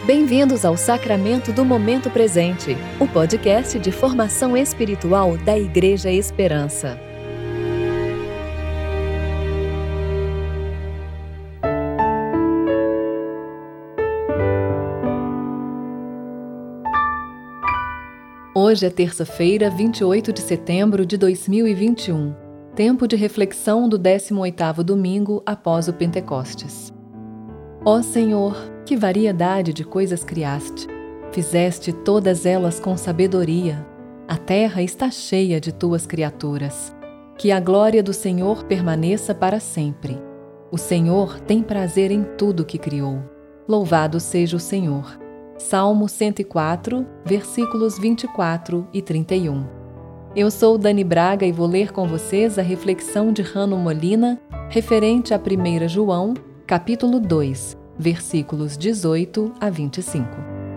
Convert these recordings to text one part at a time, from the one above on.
Bem-vindos ao Sacramento do Momento Presente, o podcast de formação espiritual da Igreja Esperança. Hoje é terça-feira, 28 de setembro de 2021, tempo de reflexão do 18º domingo após o Pentecostes. Ó Senhor, que variedade de coisas criaste! Fizeste todas elas com sabedoria. A terra está cheia de tuas criaturas. Que a glória do Senhor permaneça para sempre. O Senhor tem prazer em tudo que criou. Louvado seja o Senhor. Salmo 104, versículos 24 e 31. Eu sou Dani Braga e vou ler com vocês a reflexão de Rano Molina, referente a 1 João, capítulo 2, versículos 18 a 25.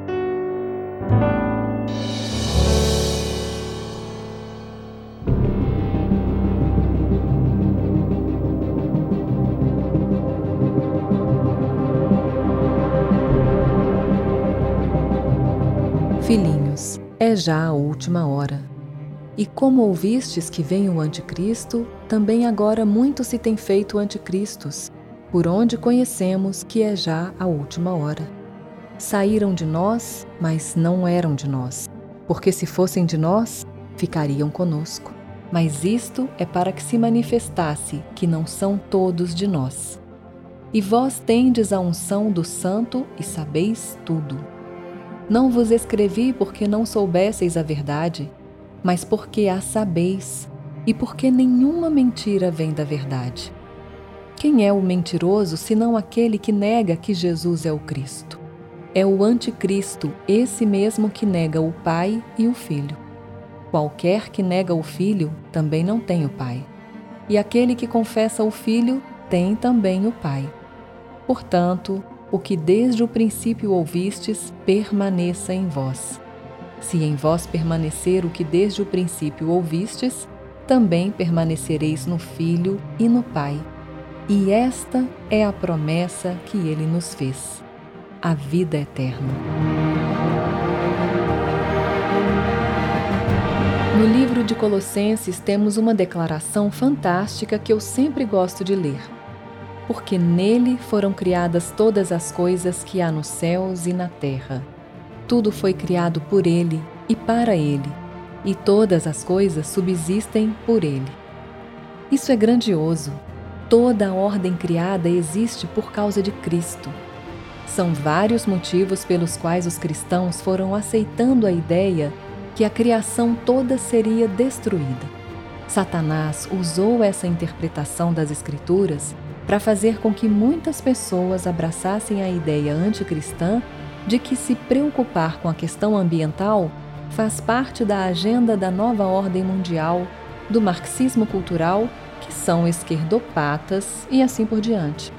Filhinhos, é já a última hora. E como ouvistes que vem o anticristo, também agora muito se tem feito anticristos, por onde conhecemos que é já a última hora. Saíram de nós, mas não eram de nós, porque se fossem de nós, ficariam conosco. Mas isto é para que se manifestasse que não são todos de nós. E vós tendes a unção do Santo e sabeis tudo. Não vos escrevi porque não soubesseis a verdade, mas porque a sabeis, e porque nenhuma mentira vem da verdade. Quem é o mentiroso, senão aquele que nega que Jesus é o Cristo? É o anticristo, esse mesmo que nega o Pai e o Filho. Qualquer que nega o Filho, também não tem o Pai. E aquele que confessa o Filho, tem também o Pai. Portanto, o que desde o princípio ouvistes, permaneça em vós. Se em vós permanecer o que desde o princípio ouvistes, também permanecereis no Filho e no Pai. E esta é a promessa que Ele nos fez, a vida eterna. No livro de Colossenses temos uma declaração fantástica que eu sempre gosto de ler. Porque nele foram criadas todas as coisas que há nos céus e na terra. Tudo foi criado por Ele e para Ele, e todas as coisas subsistem por Ele. Isso é grandioso. Toda a ordem criada existe por causa de Cristo. São vários motivos pelos quais os cristãos foram aceitando a ideia que a criação toda seria destruída. Satanás usou essa interpretação das Escrituras para fazer com que muitas pessoas abraçassem a ideia anticristã de que se preocupar com a questão ambiental faz parte da agenda da nova ordem mundial, do marxismo cultural, que são esquerdopatas e assim por diante.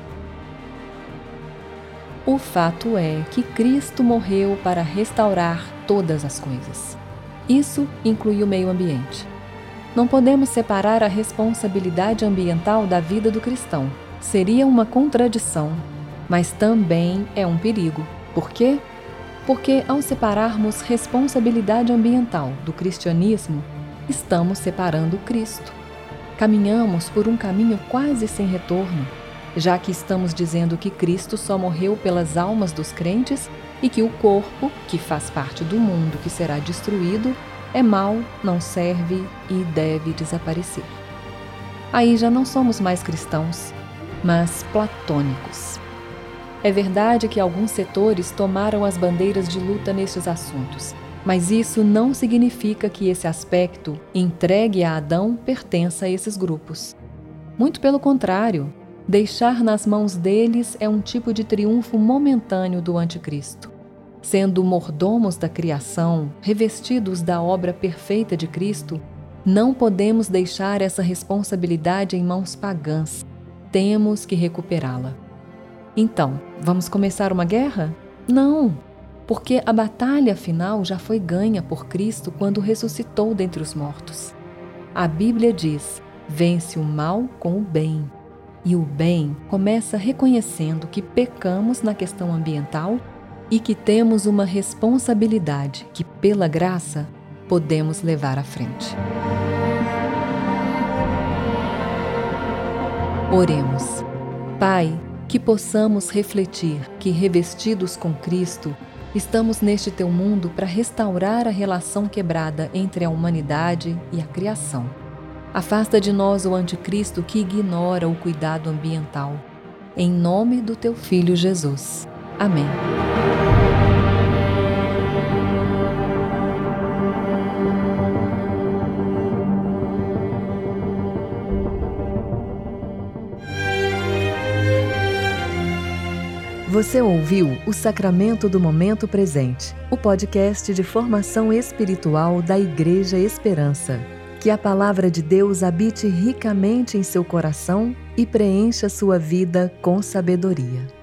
O fato é que Cristo morreu para restaurar todas as coisas. Isso inclui o meio ambiente. Não podemos separar a responsabilidade ambiental da vida do cristão. Seria uma contradição, mas também é um perigo. Por quê? Porque ao separarmos responsabilidade ambiental do cristianismo, estamos separando Cristo. Caminhamos por um caminho quase sem retorno, já que estamos dizendo que Cristo só morreu pelas almas dos crentes e que o corpo, que faz parte do mundo que será destruído, é mau, não serve e deve desaparecer. Aí já não somos mais cristãos, mas platônicos. É verdade que alguns setores tomaram as bandeiras de luta nestes assuntos, mas isso não significa que esse aspecto, entregue a Adão, pertença a esses grupos. Muito pelo contrário, deixar nas mãos deles é um tipo de triunfo momentâneo do anticristo. Sendo mordomos da criação, revestidos da obra perfeita de Cristo, não podemos deixar essa responsabilidade em mãos pagãs. Temos que recuperá-la. Então, vamos começar uma guerra? Não, porque a batalha final já foi ganha por Cristo quando ressuscitou dentre os mortos. A Bíblia diz: vence o mal com o bem. E o bem começa reconhecendo que pecamos na questão ambiental e que temos uma responsabilidade que, pela graça, podemos levar à frente. Oremos. Pai, que possamos refletir que, revestidos com Cristo, estamos neste teu mundo para restaurar a relação quebrada entre a humanidade e a criação. Afasta de nós o anticristo que ignora o cuidado ambiental. Em nome do teu Filho Jesus. Amém. Você ouviu o Sacramento do Momento Presente, o podcast de formação espiritual da Igreja Esperança. Que a palavra de Deus habite ricamente em seu coração e preencha sua vida com sabedoria.